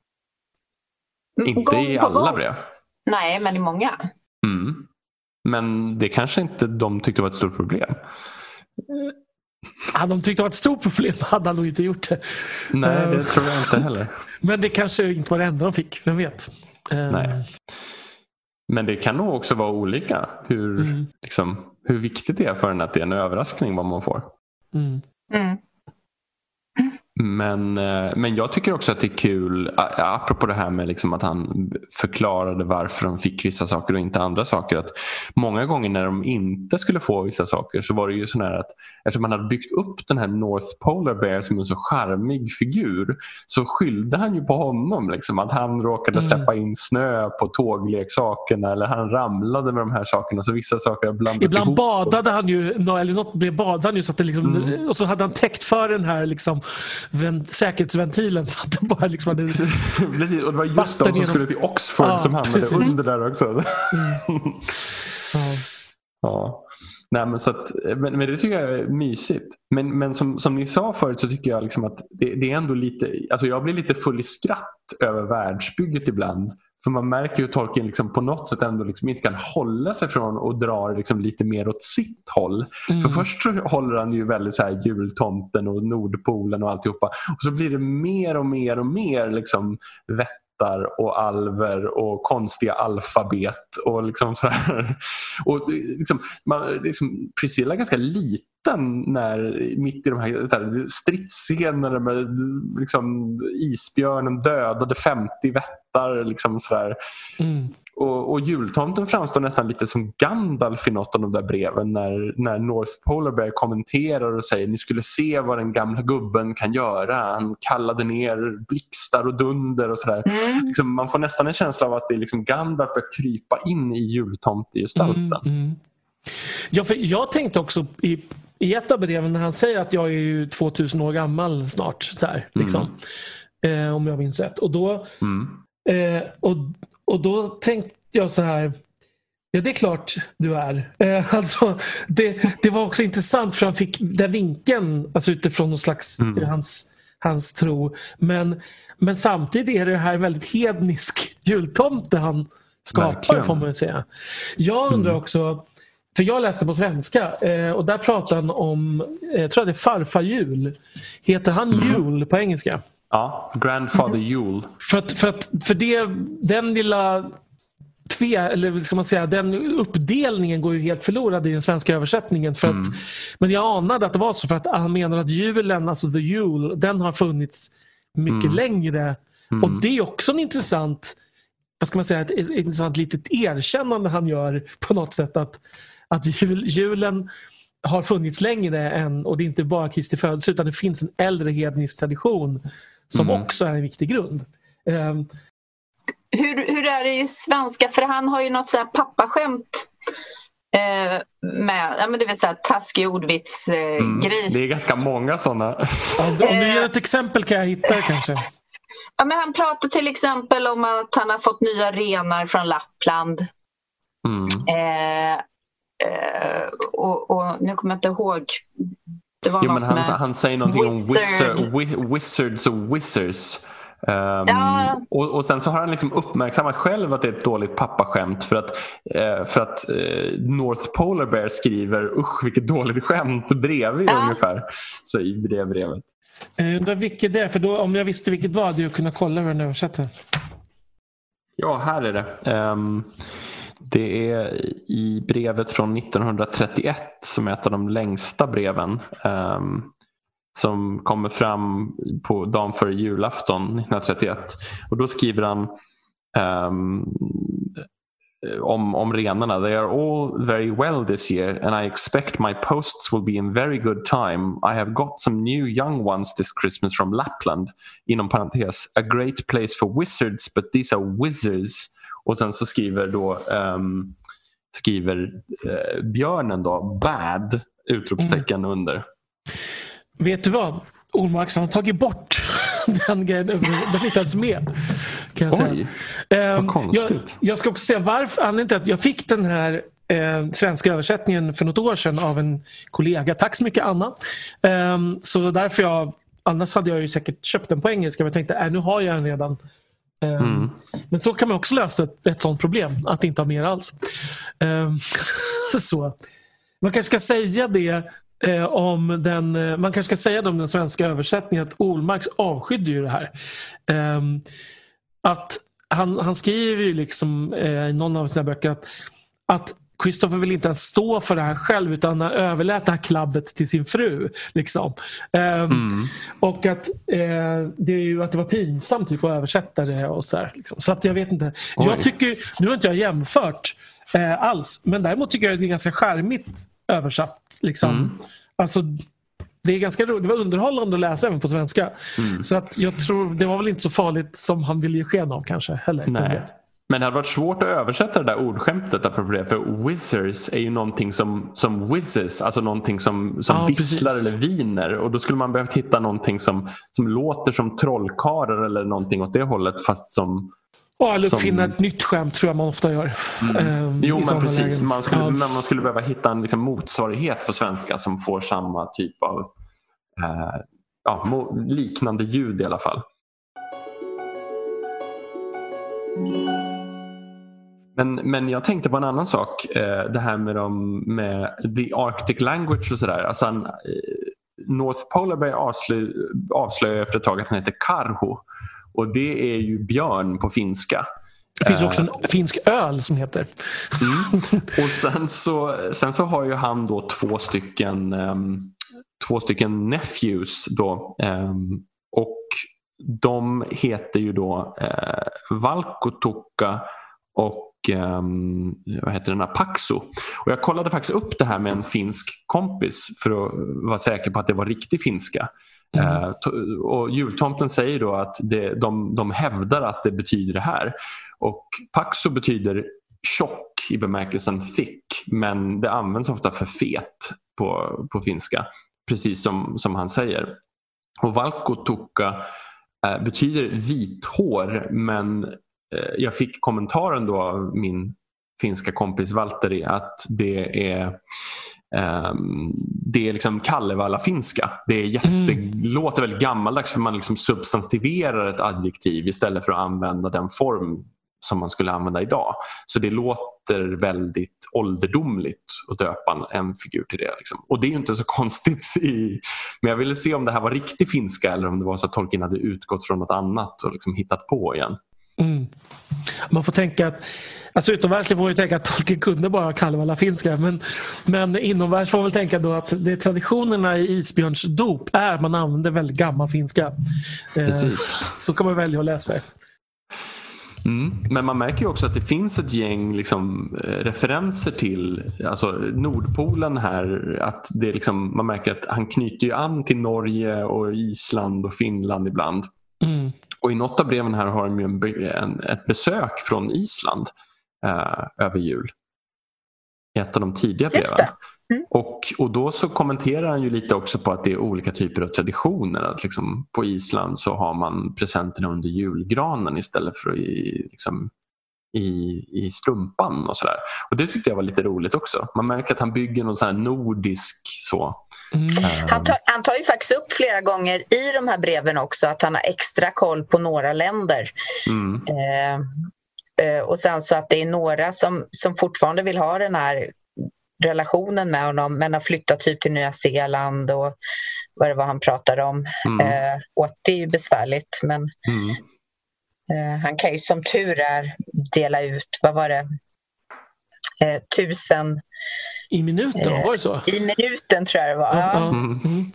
Inte gång i alla gång. Brev. Nej, men i många. Mm. Men det kanske inte de tyckte var ett stort problem. Ja, de tyckte det var ett stort problem, hade han nog inte gjort det. Nej, det tror jag inte heller. Men det kanske inte var det enda de fick, vem vet. Nej. Men det kan nog också vara olika hur, mm. liksom, hur viktigt det är för en att det är en överraskning vad man får. Mm. Mm. Men, men jag tycker också att det är kul, apropå det här med liksom att han förklarade varför de fick vissa saker och inte andra saker, att många gånger när de inte skulle få vissa saker så var det ju sån här att eftersom man hade byggt upp den här North Polar Bear som en så charmig figur, så skyllde han ju på honom liksom, att han råkade mm. släppa in snö på tågleksakerna eller han ramlade med de här sakerna, så vissa saker blandades ibland ihop. badade han ju, eller något blev badade han ju så att det liksom, mm. och så hade han täckt för den här liksom säkerhetsventilen så att det bara liksom hade precis, och det var just de som genom... skulle till Oxford ja, som hamnade precis. Under där också. Mm. ja. ja. Nej, men, så att, men, men det tycker jag är mysigt. Men, men som, som ni sa förut så tycker jag liksom att det, det är ändå lite, alltså jag blir lite full i skratt över världsbygget ibland. För man märker ju att Tolkien liksom på något sätt ändå liksom inte kan hålla sig från och dra liksom lite mer åt sitt håll. Mm. För först så håller han ju väldigt så här jultomten och Nordpolen och alltihopa. Och så blir det mer och mer och mer liksom vättar och alver och konstiga alfabet och liksom så här. Och liksom, man, liksom Priscilla är ganska liten när mitt i de här, här stridsscenerna med liksom isbjörnen dödade femtio vättar liksom så där. Mm. Och, och jultomten framstår nästan lite som Gandalf i något av de där breven när, när North Polar Bear kommenterar och säger ni skulle se vad den gamla gubben kan göra. Han kallade ner blixtar och dunder och sådär. Mm. Liksom, man får nästan en känsla av att det är liksom Gandalf att krypa in i jultomtegestalten. Mm, mm. Ja, för jag tänkte också i, i ett av breven när han säger att jag är ju tvåtusen år gammal snart så här, liksom. Mm. Eh, om jag minns rätt. Och då mm. eh, och Och då tänkte jag så här, ja det är klart du är. Eh, alltså, det, det var också intressant för han fick den vinkeln alltså utifrån någon slags mm. hans, hans tro. Men, men samtidigt är det här väldigt hednisk jultomte han skapar. Verkligen. Får man ju säga. Jag undrar mm. också, för jag läste på svenska eh, och där pratar han om, eh, jag tror att det är farfar jul. Heter han mm. jul på engelska? Ja, Grandfather Yule. För att, för att för det, den lilla tve, eller ska man säga, den uppdelningen går ju helt förlorad i den svenska översättningen för mm. att, men jag anade att det var så för att han menar att julen, alltså the Yule, den har funnits mycket mm. längre mm. och det är också en intressant, vad ska man säga, ett, ett intressant litet erkännande han gör på något sätt att, att jul, julen har funnits längre än, och det är inte bara Kristi födelse utan det finns en äldre hednisk tradition som mm. också är en viktig grund. Um, hur, hur är det i svenska? För han har ju något så här pappaskämt eh, med, ja, men det vill säga taskig ordvits eh, mm, grej. Det är ganska många sådana. Ja, om du ger ett exempel kan jag hitta kanske. Ja, men han pratar till exempel om att han har fått nya renar från Lappland. Mm. Eh, eh, och, och nu kommer jag inte ihåg. Det var jo, men han, med han säger någonting wizard. om wizard, wizards och wizards. Um, ja. och, och sen så har han liksom uppmärksammat själv att det är ett dåligt pappaskämt för att, eh, för att eh, North Polar Bear skriver usch vilket dåligt skämt bredvid ja. ungefär. Så i det brevet. Jag undrar vilket det är, för då, om jag visste vilket var hade jag kunnat kolla vad den översätter. Ja, här är det. Um, det är i brevet från nittonhundratrettioett som är ett av de längsta breven. Um, som kommer fram på dagen före julafton nittonhundratrettioett. Och då skriver han um, om, om renarna. They are all very well this year and I expect my posts will be in very good time. I have got some new young ones this Christmas from Lapland. Inom parentes, a great place for wizards but these are wizards. Och sen så skriver då um, skriver uh, björnen då bad utropstecken mm. under. Vet du vad? Olmark har tagit bort den grejen. Den är inte ens med. Kan jag Oj, säga. vad konstigt. Jag, jag ska också säga varför. Anledningen till att jag fick den här eh, svenska översättningen för något år sedan av en kollega. Tack så mycket Anna. Eh, så därför jag, annars hade jag ju säkert köpt den på engelska. Men jag tänkte, äh, nu har jag den redan. Eh, mm. Men så kan man också lösa ett, ett sånt problem. Att inte ha mer alls. Eh, så. Man kanske ska säga det. Eh, om den, eh, man kanske ska säga det om den svenska översättningen att Olmarks avskydde ju det här. Eh, att han, han skriver ju liksom eh, i någon av sina böcker att, att Christopher vill inte ens stå för det här själv utan han överlät det här klabbet till sin fru. Liksom. Eh, mm. Och att, eh, det är ju, att det var pinsamt typ, att översätta det och så här. Liksom. Så att jag vet inte. Oj. Jag tycker, nu har inte jag jämfört eh, alls men däremot tycker jag att det är ganska charmigt översatt liksom. Mm. Alltså det är ganska roligt. Det var underhållande att läsa även på svenska. Mm. Så att jag tror det var väl inte så farligt som han ville ge sken av kanske heller. Nej. Men det hade varit svårt att översätta det där ordskämtet apropå det, för wizards är ju någonting som, som whizzes, alltså någonting som, som ja, visslar precis. Eller viner, och då skulle man behövt hitta någonting som, som låter som trollkarlar eller någonting åt det hållet fast som Ja, eller uppfinna som... ett nytt skämt tror jag man ofta gör. Mm. Um, jo, men precis. Man skulle, ja. man skulle behöva hitta en liksom, motsvarighet på svenska som får samma typ av uh, ja, mo- liknande ljud i alla fall. Men, men jag tänkte på en annan sak. Uh, det här med, dem, med the Arctic language och sådär. Alltså han, uh, North Polar Bear avslö- avslöjar efter ett tag att han heter Karhu. Och det är ju björn på finska. Det finns också en finsk öl som heter. Mm. Och sen så, sen så har ju han då två stycken um, två stycken nephews då. Um, och de heter ju då uh, Valkotukka och um, vad heter den här Paxo. Och jag kollade faktiskt upp det här med en finsk kompis för att vara säker på att det var riktig finska. Mm. Uh, och jultomten säger då att det, de, de hävdar att det betyder det här, och Paxo betyder tjock i bemärkelsen thick, men det används ofta för fet på, på finska, precis som, som han säger. Och Valkotukka uh, betyder vithår, men uh, jag fick kommentaren då av min finska kompis Valtteri att det är Um, det är liksom Kalevala finska. Det är jätte, mm. låter väldigt gammaldags, för man liksom substantiverar ett adjektiv istället för att använda den form som man skulle använda idag. Så det låter väldigt ålderdomligt att döpa en figur till det. Liksom. Och det är ju inte så konstigt. I, men jag ville se om det här var riktig finska eller om det var så att Tolkien hade utgått från något annat och liksom hittat på igen. Mm. Man får tänka att alltså utomvärldsligt får man ju tänka att Tolkien kunde bara Kalevala finska, men, men inomvärlds får man väl tänka då att det, traditionerna i Isbjörns dop är att man använder väldigt gammal finska. Precis. Eh, så kan man välja att läsa det. Mm. Men man märker ju också att det finns ett gäng liksom, referenser till alltså Nordpolen här, att det liksom, man märker att han knyter ju an till Norge och Island och Finland ibland. Mm. Och i något av breven här har de ju en, en, ett besök från Island eh, över jul. I ett av de tidiga breven. Mm. Och, och då så kommenterar han ju lite också på att det är olika typer av traditioner. Att liksom på Island så har man presenterna under julgranen istället för i, liksom, i, i strumpan och sådär. Och det tyckte jag var lite roligt också. Man märker att han bygger någon sån här nordisk så. Mm. Han, tar, han tar ju faktiskt upp flera gånger i de här breven också att han har extra koll på några länder. Mm. Eh, eh, och sen så att det är några som, som fortfarande vill ha den här relationen med honom men har flyttat typ till Nya Zeeland och vad det var han pratade om. Mm. Eh, och att det är ju besvärligt men mm. eh, han kan ju som tur är dela ut, vad var det? Eh, tusen i minuten, var det så? I minuten tror jag det var. Ja, mm. Mm.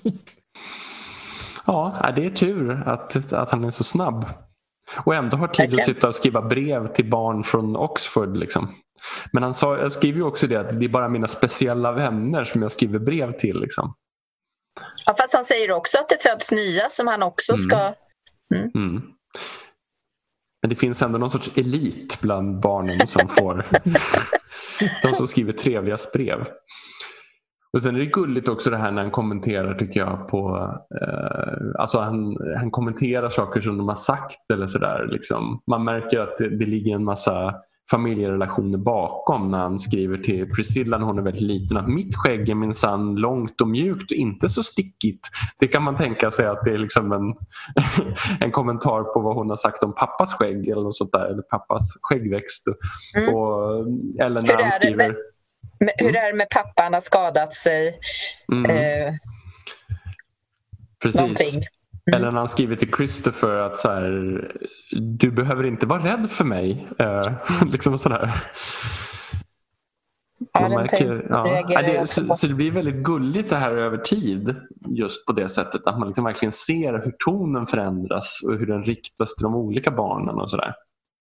Ja det är tur att, att han är så snabb. Och ändå har tid att sitta och skriva brev till barn från Oxford. Liksom. Men han sa, jag skriver ju också det att det är bara mina speciella vänner som jag skriver brev till. Liksom. Ja, fast han säger också att det föds nya som han också mm. ska... Mm. Mm. Men det finns ändå någon sorts elit bland barnen som får... de som skriver trevliga brev. Och sen är det gulligt också det här när han kommenterar tycker jag på eh, alltså han, han kommenterar saker som de har sagt eller sådär liksom. Man märker att det, det ligger en massa familjerelationer bakom när han skriver till Priscilla när hon är väldigt liten att mitt skägg är minsann långt och mjukt och inte så stickigt. Det kan man tänka sig att det är liksom en, en kommentar på vad hon har sagt om pappas skägg eller något sånt där, eller pappas skäggväxt. Mm. Och, eller när han skriver... Med, med, hur är det med pappan har skadat sig? Mm. Eh, Precis. Någonting. Mm. Eller när han skriver till Christopher att så här, du behöver inte vara rädd för mig. Eh, liksom sådär. Ja, Man märker, ja. det, så, så det blir väldigt gulligt det här över tid. Just på det sättet att man liksom verkligen ser hur tonen förändras och hur den riktas till de olika barnen och sådär.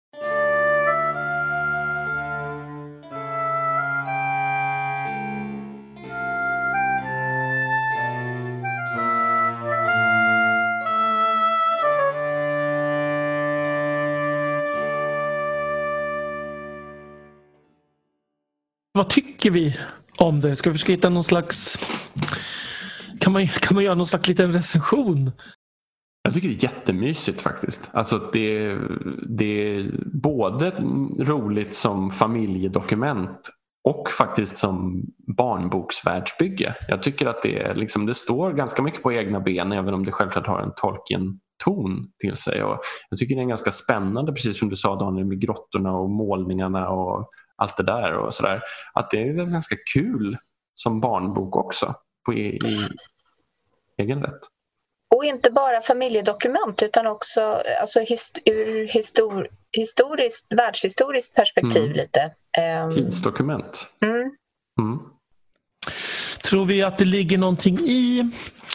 Vad tycker vi om det? Ska vi försöka hitta någon slags... Kan man, kan man göra någon slags liten recension? Jag tycker det är jättemysigt faktiskt. Alltså det, det är både roligt som familjedokument och faktiskt som barnboksvärldsbygge. Jag tycker att det, är, liksom, det står ganska mycket på egna ben även om det självklart har en Tolkien-ton till sig. Och jag tycker det är ganska spännande, precis som du sa Daniel, med grottorna och målningarna och allt det där och sådär. Att det är ganska kul som barnbok också på i, i egen rätt. Och inte bara familjedokument utan också alltså, hist- ur histor- historiskt, världshistoriskt perspektiv mm. lite. Um... Tidsdokument. Mm. Mm. Tror vi att det ligger någonting i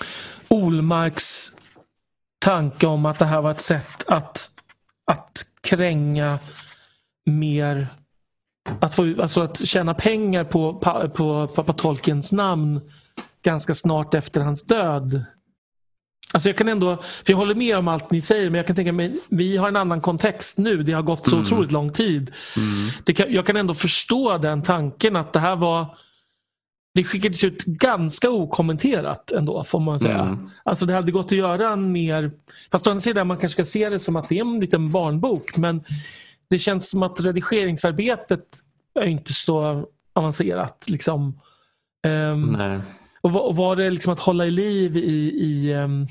Olmarks tanke om att det här var ett sätt att, att kränga mer, att få, alltså att tjäna pengar på, på, på pappa Tolkiens namn ganska snart efter hans död? Alltså jag kan ändå, för jag håller med om allt ni säger, men jag kan tänka mig, vi har en annan kontext nu, det har gått så mm. otroligt lång tid. Mm. Det kan, jag kan ändå förstå den tanken att det här var, det skickades ut ganska okommenterat ändå, får man säga. Mm. Alltså det hade gått att göra en mer, fast å andra sidan man kanske ska se det som att det är en liten barnbok, men det känns som att redigeringsarbetet är inte så avancerat liksom. Um, Nej. Och, och var det liksom att hålla i liv i, i um,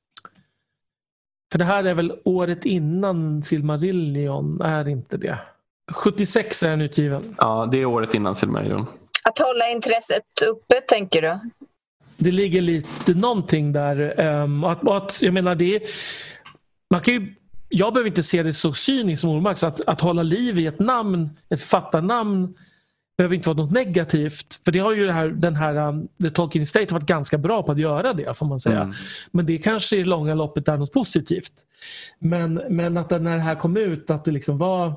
för det här är väl året innan Silmarillion, är inte det? sjuttiosex är den utgiven. Ja, det är året innan Silmarillion. Att hålla intresset uppe, tänker du? Det ligger lite någonting där. Um, att, och att, jag menar, det är, man kan ju, jag behöver inte se det så cyniskt som Olmark, så att, att hålla liv i ett namn, ett fattarnamn, behöver inte vara något negativt. För det har ju det här, den här um, The Tolkien Estate varit ganska bra på att göra det, får man säga. Mm. Men det kanske i långa loppet är något positivt. Men, men att när det här kom ut, att det liksom var,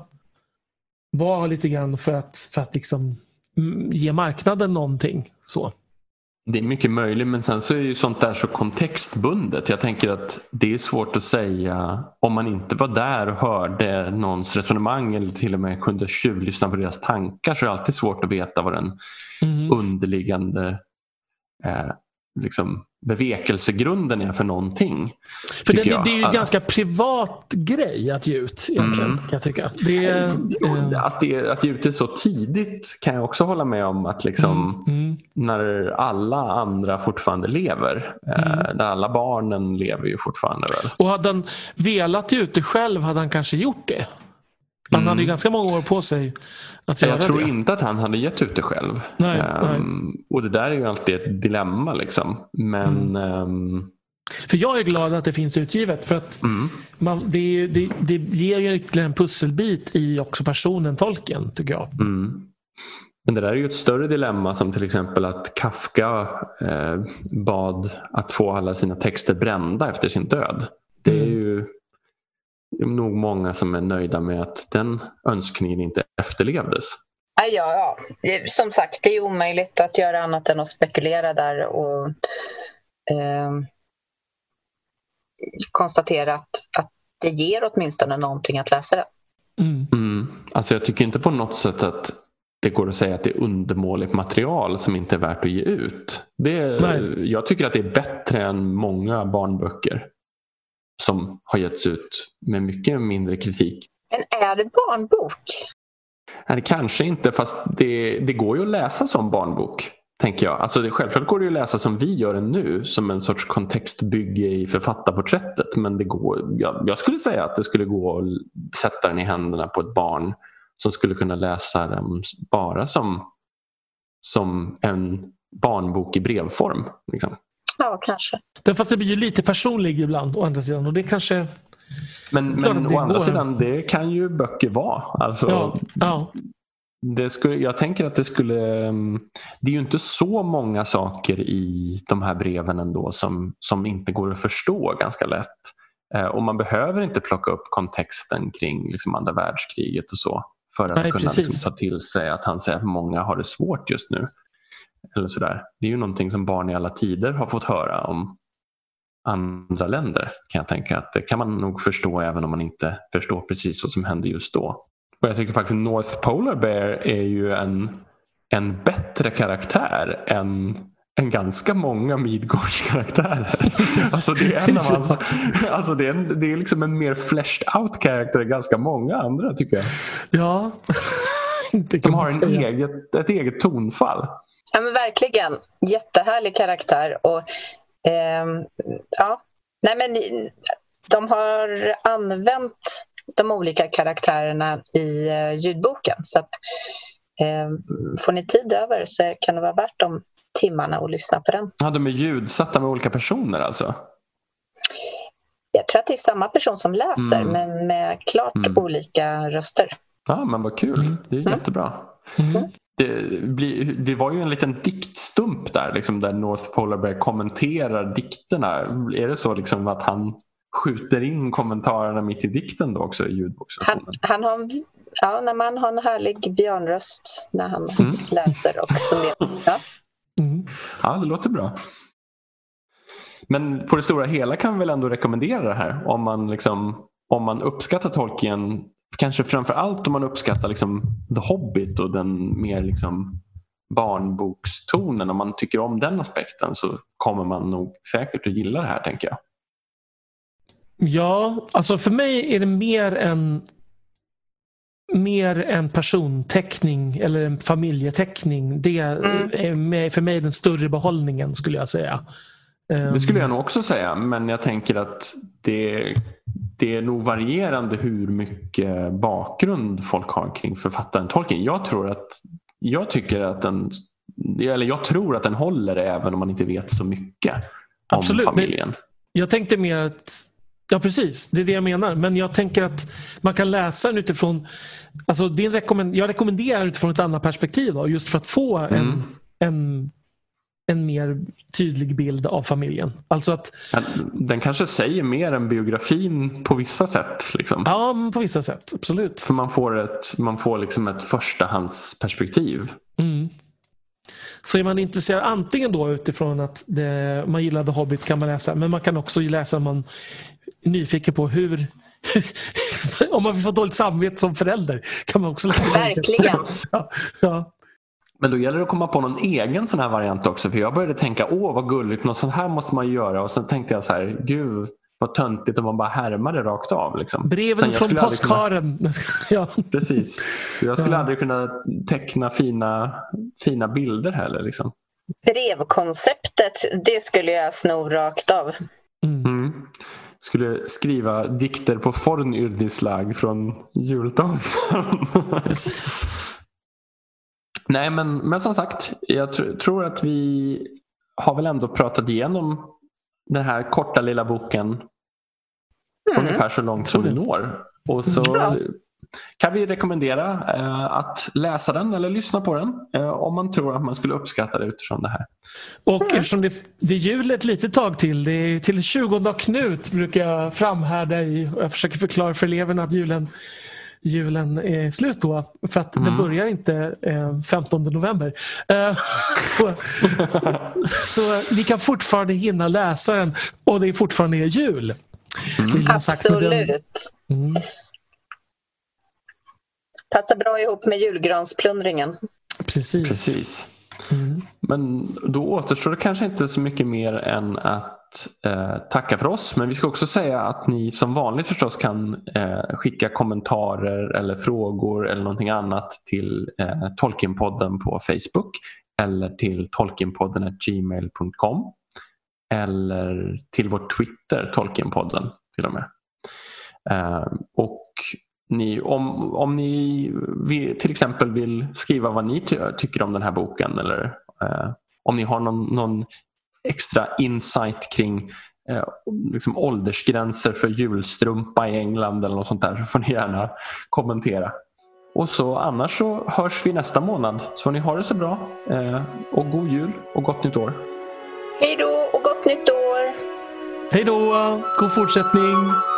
var lite grann för att, för att liksom ge marknaden någonting. Så. Det är mycket möjligt, men sen så är ju sånt där så kontextbundet. Jag tänker att det är svårt att säga om man inte var där och hörde någons resonemang eller till och med kunde tjuvlyssna på deras tankar, så är det alltid svårt att veta vad den mm. underliggande eh, liksom bevekelsegrunden är för någonting. För det, det är ju en ganska privat grej att ge ut egentligen, mm. kan jag tycka. Det är, äh... att, det, att ge ut det så tidigt kan jag också hålla med om, att liksom mm. Mm. när alla andra fortfarande lever, mm. äh, när alla barnen lever ju fortfarande väl. Och hade han velat ge ut det själv hade han kanske gjort det. Han mm. hade ju ganska många år på sig att göra Jag tror det. inte att han hade gett ut det själv. Nej, um, nej. Och det där är ju alltid ett dilemma liksom. Men... Mm. Um... För jag är glad att det finns utgivet. För att mm. man, det, det, det ger ju ytterligare en pusselbit i också personen, tolken, tycker jag. Mm. Men det där är ju ett större dilemma, som till exempel att Kafka eh, bad att få alla sina texter brända efter sin död. Det är mm. ju... Det är nog många som är nöjda med att den önskningen inte efterlevdes. Ja, ja. Som sagt, det är omöjligt att göra annat än att spekulera där och eh, konstatera att, att det ger åtminstone någonting att läsa det. Mm. Mm. Alltså jag tycker inte på något sätt att det går att säga att det är undermåligt material som inte är värt att ge ut. Det är, jag tycker att det är bättre än många barnböcker som har getts ut med mycket mindre kritik. Men är det barnbok? Nej, det kanske inte, fast det, det går ju att läsa som barnbok, tänker jag. Alltså det, självklart går det att läsa som vi gör det nu, som en sorts kontextbygge i författarporträttet. Men det går, jag, jag skulle säga att det skulle gå att sätta den i händerna på ett barn som skulle kunna läsa den bara som, som en barnbok i brevform. Liksom. Ja, kanske. Fast det blir ju lite personlig ibland å andra sidan. Och det kanske... Men, men å andra sidan, det kan ju böcker vara. Alltså, ja, ja. Det skulle, jag tänker att det skulle... Det är ju inte så många saker i de här breven ändå som, som inte går att förstå ganska lätt. Eh, och man behöver inte plocka upp kontexten kring liksom andra världskriget och så för att Nej, kunna liksom ta till sig att han säger att många har det svårt just nu. Eller sådär. Det är ju någonting som barn i alla tider har fått höra om andra länder, kan jag tänka. Att det kan man nog förstå även om man inte förstår precis vad som hände just då. Och jag tycker faktiskt North Polar Bear är ju en, en bättre karaktär än, än ganska många Midgårds karaktärer. Alltså det är en av hans, alltså det är, en, det är liksom en mer fleshed out karaktär än ganska många andra, tycker jag. Ja. De har en eget, ett eget tonfall. Ja, men verkligen. Jättehärlig karaktär. Och ehm, ja, nej men de har använt de olika karaktärerna i uh, ljudboken. Så att eh, får ni tid över så kan det vara värt de timmarna att lyssna på den. Ja, de är ljudsatta med olika personer alltså? Jag tror att det är samma person som läser, mm. men med klart mm. olika röster. Ja, men vad kul. Mm. Det är mm. jättebra. Mm. Det, blir, det var ju en liten diktstump där, liksom, där North Polar Bear kommenterar dikterna. Är det så liksom att han skjuter in kommentarerna mitt i dikten då också i ljudboksversionen? Han, han har, ja, när man har en härlig björnröst när han mm. läser och funderar. Ja. Mm. Ja, det låter bra. Men på det stora hela kan vi väl ändå rekommendera det här om man, liksom, om man uppskattar Tolkien. Kanske framförallt om man uppskattar liksom The Hobbit och den mer liksom barnbokstonen. Om man tycker om den aspekten så kommer man nog säkert att gilla det här, tänker jag. Ja, alltså för mig är det mer en mer en personteckning eller en familjeteckning. Det är mm. för mig den större behållningen, skulle jag säga. Det skulle jag nog också säga, men jag tänker att det, det är nog varierande hur mycket bakgrund folk har kring författaren Tolkien. Jag tror att jag tycker att den, eller jag tror att den håller även om man inte vet så mycket om Absolut, familjen. Jag tänkte mer att ja, precis, det är det jag menar, men jag tänker att man kan läsa den utifrån, alltså din rekommend, jag rekommenderar utifrån ett annat perspektiv då, just för att få en, mm. en en mer tydlig bild av familjen. Alltså att, den kanske säger mer än biografin på vissa sätt. Liksom. Ja, på vissa sätt, absolut. För man får ett, man får liksom ett förstahandsperspektiv. Mm. Så är man intresserad antingen då utifrån att det, man gillade Hobbit kan man läsa, men man kan också läsa om man är nyfiken på hur om man vill få dåligt samvete som förälder kan man också läsa. Verkligen. ja, ja. Men då gäller det att komma på någon egen sån här variant också. För jag började tänka, åh vad gulligt, något sånt här måste man göra. Och sen tänkte jag så här, gud vad töntigt om man bara härmade rakt av. Liksom. Breven från postkaren. Kunna... ja. Precis. Jag skulle ja. aldrig kunna teckna fina, fina bilder heller. Liksom. Brevkonceptet, det skulle jag sno rakt av. Mm. Mm. Skulle skriva dikter på fornyrdislag från jultomten. Precis. Nej, men, men som sagt, jag tr- tror att vi har väl ändå pratat igenom den här korta lilla boken mm. ungefär så långt som vi når. Och så ja. kan vi rekommendera eh, att läsa den eller lyssna på den eh, om man tror att man skulle uppskatta det utifrån det här. Och mm. eftersom det, det är jul ett litet tag till, det är till tjugonde av Knut brukar jag framhärda i och jag försöker förklara för eleverna att julen Julen är slut då, för att mm. den börjar inte eh, femtonde november. Eh, så, så ni kan fortfarande hinna läsa den och det är fortfarande är jul. Mm. Absolut. Mm. Passar bra ihop med julgransplundringen. Precis. Precis. Mm. Men då återstår det kanske inte så mycket mer än att eh, tacka för oss. Men vi ska också säga att ni som vanligt förstås kan eh, skicka kommentarer eller frågor eller någonting annat till eh, Tolkienpodden på Facebook eller till tolkienpodden at gmail dot com eller till vår Twitter Tolkienpodden till och med. Eh, och Ni, om, om ni vill, till exempel vill skriva vad ni ty- tycker om den här boken eller eh, om ni har någon, någon extra insight kring eh, liksom åldersgränser för julstrumpa i England eller något sånt där så får ni gärna kommentera. Och så annars så hörs vi nästa månad. Så får ni ha det så bra eh, och god jul och gott nytt år. Hej då och gott nytt år! Hej då! God fortsättning!